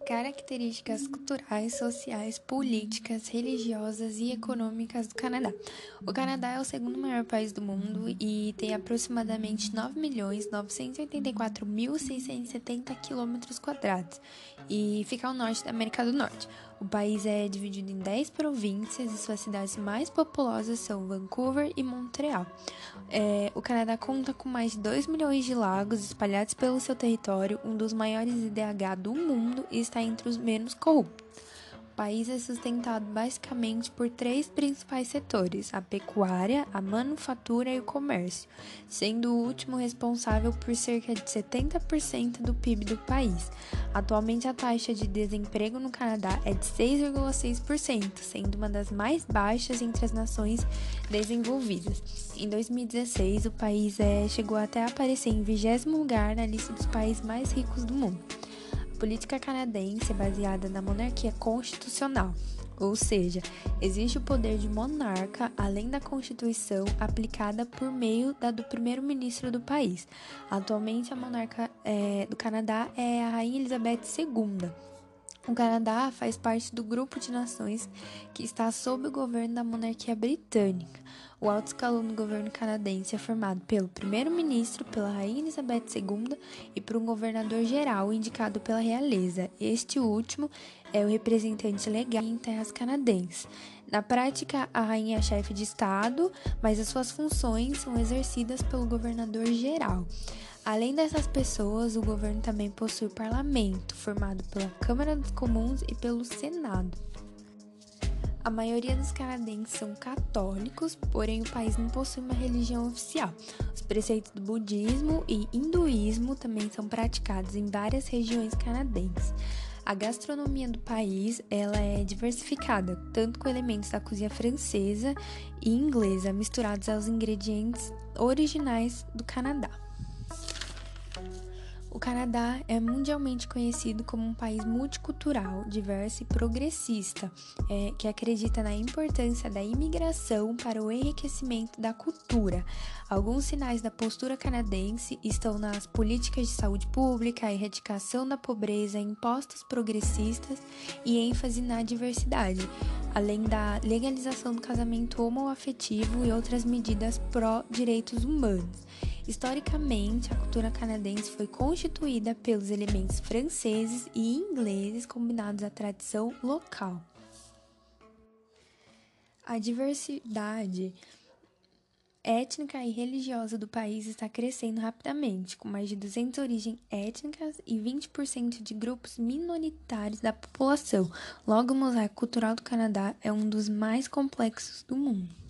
Características culturais, sociais, políticas, religiosas e econômicas do Canadá. O Canadá é o segundo maior país do mundo e tem aproximadamente 9.984.670 km² e fica ao norte da América do Norte. O país é dividido em 10 províncias e suas cidades mais populosas são Vancouver e Montreal. O Canadá conta com mais de 2 milhões de lagos espalhados pelo seu território, um dos maiores IDH do mundo e está entre os menos corruptos. O país é sustentado basicamente por 3 principais setores: a pecuária, a manufatura e o comércio, sendo o último responsável por cerca de 70% do PIB do país. Atualmente, a taxa de desemprego no Canadá é de 6,6%, sendo uma das mais baixas entre as nações desenvolvidas. Em 2016, o país chegou até a aparecer em 20º lugar na lista dos países mais ricos do mundo. A política canadense é baseada na monarquia constitucional, ou seja, existe o poder de monarca além da Constituição aplicada por meio da do primeiro-ministro do país. Atualmente, a monarca do Canadá é a Rainha Elizabeth II. O Canadá faz parte do grupo de nações que está sob o governo da monarquia britânica. O alto escalão do governo canadense é formado pelo primeiro-ministro, pela Rainha Elizabeth II e por um governador-geral indicado pela realeza. Este último é o representante legal em terras canadenses. Na prática, a rainha é chefe de Estado, mas as suas funções são exercidas pelo governador-geral. Além dessas pessoas, o governo também possui o parlamento, formado pela Câmara dos Comuns e pelo Senado. A maioria dos canadenses são católicos, porém o país não possui uma religião oficial. Os preceitos do budismo e hinduísmo também são praticados em várias regiões canadenses. A gastronomia do país ela é diversificada, tanto com elementos da cozinha francesa e inglesa, misturados aos ingredientes originais do Canadá. O Canadá é mundialmente conhecido como um país multicultural, diverso e progressista, que acredita na importância da imigração para o enriquecimento da cultura. Alguns sinais da postura canadense estão nas políticas de saúde pública, a erradicação da pobreza, impostos progressistas e ênfase na diversidade, além da legalização do casamento homoafetivo e outras medidas pró-direitos humanos. Historicamente, a cultura canadense foi constituída pelos elementos franceses e ingleses combinados à tradição local. A diversidade étnica e religiosa do país está crescendo rapidamente, com mais de 200 origens étnicas e 20% de grupos minoritários da população. Logo, o mosaico cultural do Canadá é um dos mais complexos do mundo.